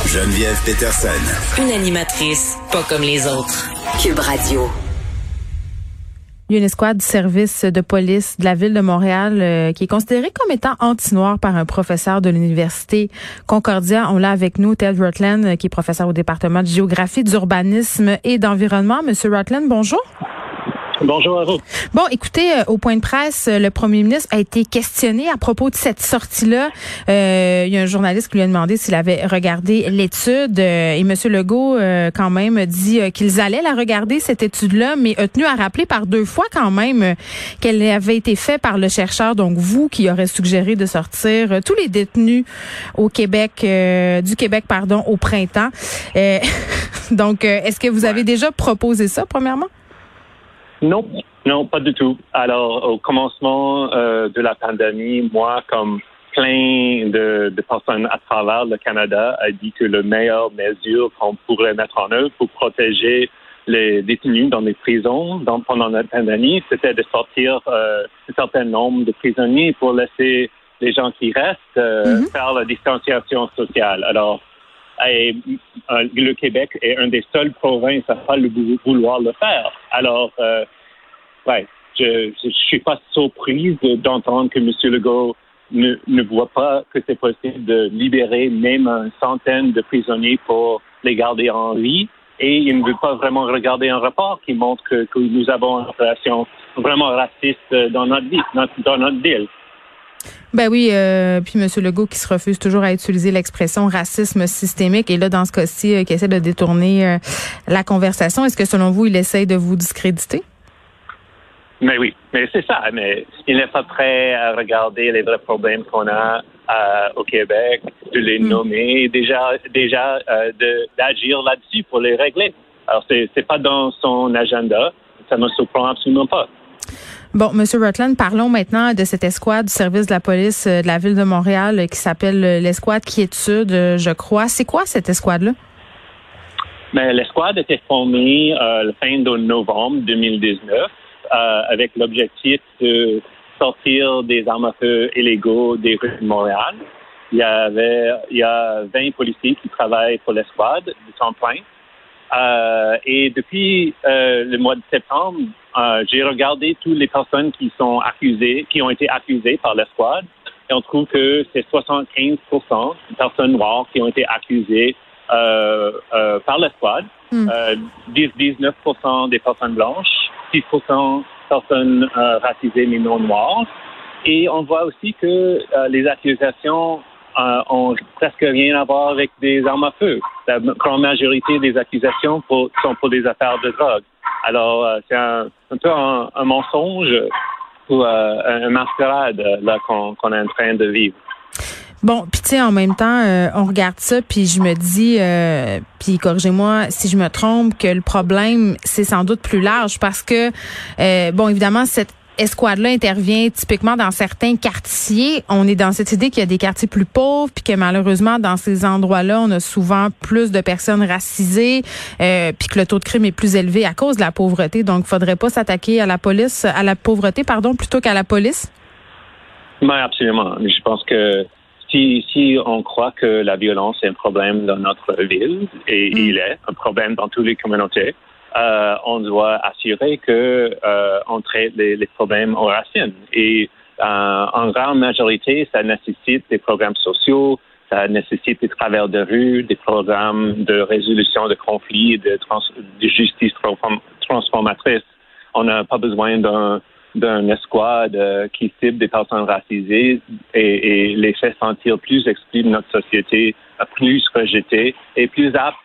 Geneviève Peterson. Une animatrice pas comme les autres. Cube Radio. Il y a une escouade du service de police de la ville de Montréal qui est considérée comme étant anti-noir par un professeur de l'université Concordia. On l'a avec nous, Ted Rutland, qui est professeur au département de géographie, d'urbanisme et d'environnement. Monsieur Rutland, bonjour. Bonjour à vous. Bon, écoutez, au point de presse, le premier ministre a été questionné à propos de cette sortie-là. Il y a un journaliste qui lui a demandé s'il avait regardé l'étude et M. Legault, quand même, dit qu'ils allaient la regarder, cette étude-là, mais a tenu à rappeler par deux fois quand même qu'elle avait été faite par le chercheur, donc vous, qui aurait suggéré de sortir tous les détenus au Québec, du Québec, au printemps. Donc, est-ce que vous avez déjà proposé ça, premièrement? Non, pas du tout. Alors, au commencement de la pandémie, moi, comme plein de personnes à travers le Canada, a dit que la meilleure mesure qu'on pourrait mettre en œuvre pour protéger les détenus dans les prisons pendant la pandémie, c'était de sortir un certain nombre de prisonniers pour laisser les gens qui restent faire la distanciation sociale. Alors, le Québec est un des seules provinces à pas vouloir le faire. Alors, je suis pas surprise d'entendre que M. Legault ne voit pas que c'est possible de libérer même une centaine de prisonniers pour les garder en vie. Et il ne veut pas vraiment regarder un rapport qui montre que nous avons une relation vraiment raciste dans notre ville. Ben oui, puis M. Legault qui se refuse toujours à utiliser l'expression racisme systémique et là, dans ce cas-ci, qui essaie de détourner la conversation. Est-ce que, selon vous, il essaie de vous discréditer? Mais oui, mais c'est ça. Mais il n'est pas prêt à regarder les vrais problèmes qu'on a au Québec, de les nommer, déjà d'agir là-dessus pour les régler. Alors, c'est pas dans son agenda. Ça ne me surprend absolument pas. Bon, M. Rutland, parlons maintenant de cette escouade du service de la police de la Ville de Montréal qui s'appelle l'escouade Quiétude, je crois. C'est quoi cette escouade-là? Mais l'escouade a été formée le fin de novembre 2019 avec l'objectif de sortir des armes à feu illégaux des rues de Montréal. Il y a 20 policiers qui travaillent pour l'escouade de temps plein. Et depuis le mois de septembre, j'ai regardé toutes les personnes qui ont été accusées par l'escouade, et on trouve que c'est 75% de personnes noires qui ont été accusées par l'escouade, 19% des personnes blanches, 6% personnes racisées mais non noires, et on voit aussi que les accusations ont presque rien à voir avec des armes à feu. La grande majorité des accusations sont pour des affaires de drogue. Alors, c'est un peu un mensonge ou un mascarade là qu'on est en train de vivre. Bon, puis tu sais, en même temps, on regarde ça, puis je me dis, puis corrigez-moi si je me trompe, que le problème, c'est sans doute plus large parce que, bon, évidemment, cette escouade-là intervient typiquement dans certains quartiers. On est dans cette idée qu'il y a des quartiers plus pauvres, puis que malheureusement, dans ces endroits-là, on a souvent plus de personnes racisées, puis que le taux de crime est plus élevé à cause de la pauvreté. Donc, faudrait pas s'attaquer à la pauvreté, plutôt qu'à la police? Oui, absolument. Je pense que si on croit que la violence est un problème dans notre ville, et il est un problème dans toutes les communautés, on doit assurer que on traite les problèmes aux racines. Et en grande majorité, ça nécessite des programmes sociaux, ça nécessite des travailleurs de rue, des programmes de résolution de conflits, de justice transformatrice. On n'a pas besoin d'un escouade qui cible des personnes racisées et les fait sentir plus exclus de notre société, plus rejetés et plus aptes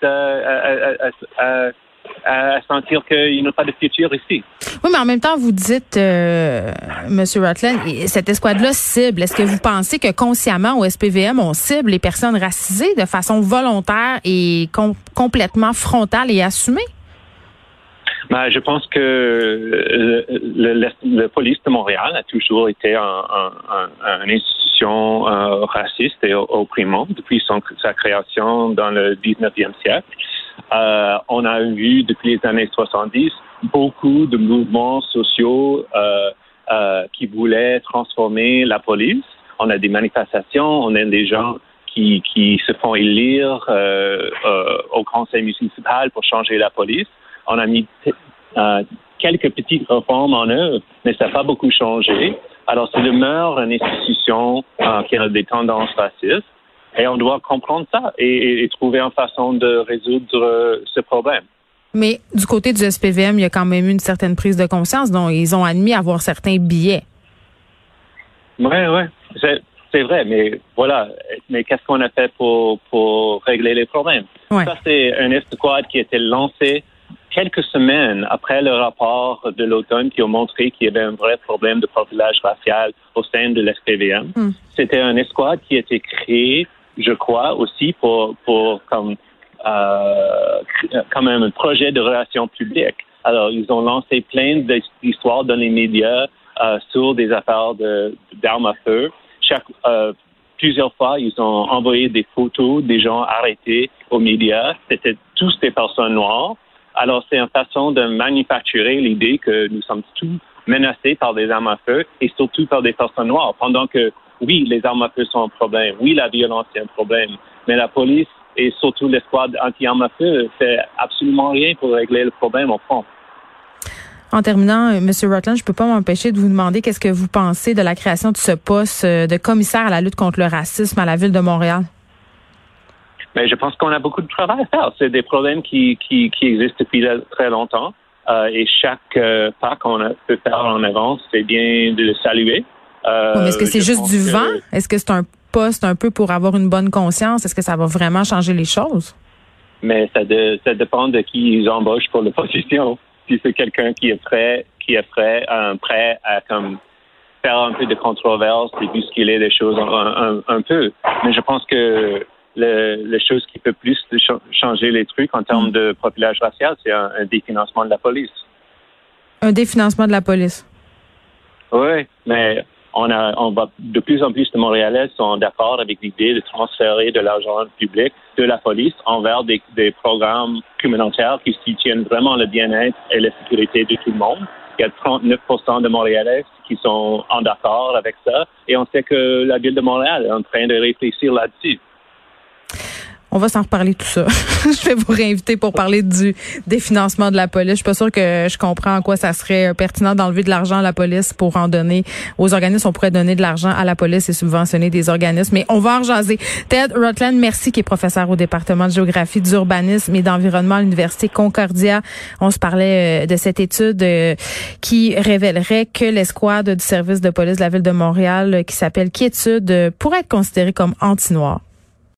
à sentir qu'il n'y a pas de futur ici. Oui, mais en même temps, vous dites, M. Rutland, cette escouade-là cible. Est-ce que vous pensez que consciemment, au SPVM, on cible les personnes racisées de façon volontaire et complètement frontale et assumée? Ben, je pense que le police de Montréal a toujours été une institution raciste et opprimante depuis sa création dans le 19e siècle. On a vu depuis les années 70 beaucoup de mouvements sociaux qui voulaient transformer la police. On a des manifestations, on a des gens qui se font élire au conseil municipal pour changer la police. On a mis quelques petites réformes en œuvre, mais ça n'a pas beaucoup changé. Alors, ça demeure une institution qui a des tendances racistes et on doit comprendre ça et trouver une façon de résoudre ce problème. Mais du côté du SPVM, il y a quand même eu une certaine prise de conscience, dont ils ont admis avoir certains billets. Oui. C'est vrai, mais voilà. Mais qu'est-ce qu'on a fait pour régler les problèmes? Ouais. Ça, c'est un escouade qui a été lancé quelques semaines après le rapport de l'automne qui a montré qu'il y avait un vrai problème de profilage racial au sein de l'SPVM. C'était un escouade qui a été créé, je crois, aussi pour comme un projet de relations publiques. Alors, ils ont lancé plein d'histoires dans les médias sur des affaires d'armes à feu. Plusieurs fois, ils ont envoyé des photos des gens arrêtés aux médias. C'était tous des personnes noires. Alors, c'est une façon de manufacturer l'idée que nous sommes tous menacés par des armes à feu et surtout par des personnes noires. Pendant que, oui, les armes à feu sont un problème. Oui, la violence est un problème. Mais la police et surtout l'escouade anti-armes à feu ne fait absolument rien pour régler le problème au fond. En terminant, M. Rutland, je peux pas m'empêcher de vous demander qu'est-ce que vous pensez de la création de ce poste de commissaire à la lutte contre le racisme à la Ville de Montréal? Mais je pense qu'on a beaucoup de travail à faire. C'est des problèmes qui existent depuis très longtemps. Et chaque pas qu'on peut faire en avance, c'est bien de le saluer. Mais est-ce que c'est juste du vent? Est-ce que c'est un poste un peu pour avoir une bonne conscience? Est-ce que ça va vraiment changer les choses? Mais ça dépend de qui ils embauchent pour l'opposition. Si c'est quelqu'un qui est prêt à comme faire un peu de controverse et bousculer les choses un peu. Mais je pense que la chose qui peut plus changer les trucs en termes de profilage racial, c'est un définancement de la police. Un définancement de la police? Oui, mais on va de plus en plus de Montréalais sont d'accord avec l'idée de transférer de l'argent public de la police envers des programmes communautaires qui soutiennent vraiment le bien-être et la sécurité de tout le monde. Il y a 39% de Montréalais qui sont en accord avec ça et on sait que la Ville de Montréal est en train de réfléchir là-dessus. On va s'en reparler tout ça. Je vais vous réinviter pour parler du définancement de la police. Je suis pas sûre que je comprends en quoi ça serait pertinent d'enlever de l'argent à la police pour en donner aux organismes. On pourrait donner de l'argent à la police et subventionner des organismes. Mais on va en jaser. Ted Rutland, merci, qui est professeur au département de géographie, d'urbanisme et d'environnement à l'Université Concordia. On se parlait de cette étude qui révélerait que l'escouade du service de police de la Ville de Montréal, qui s'appelle Quiétude, pourrait être considérée comme anti-noire.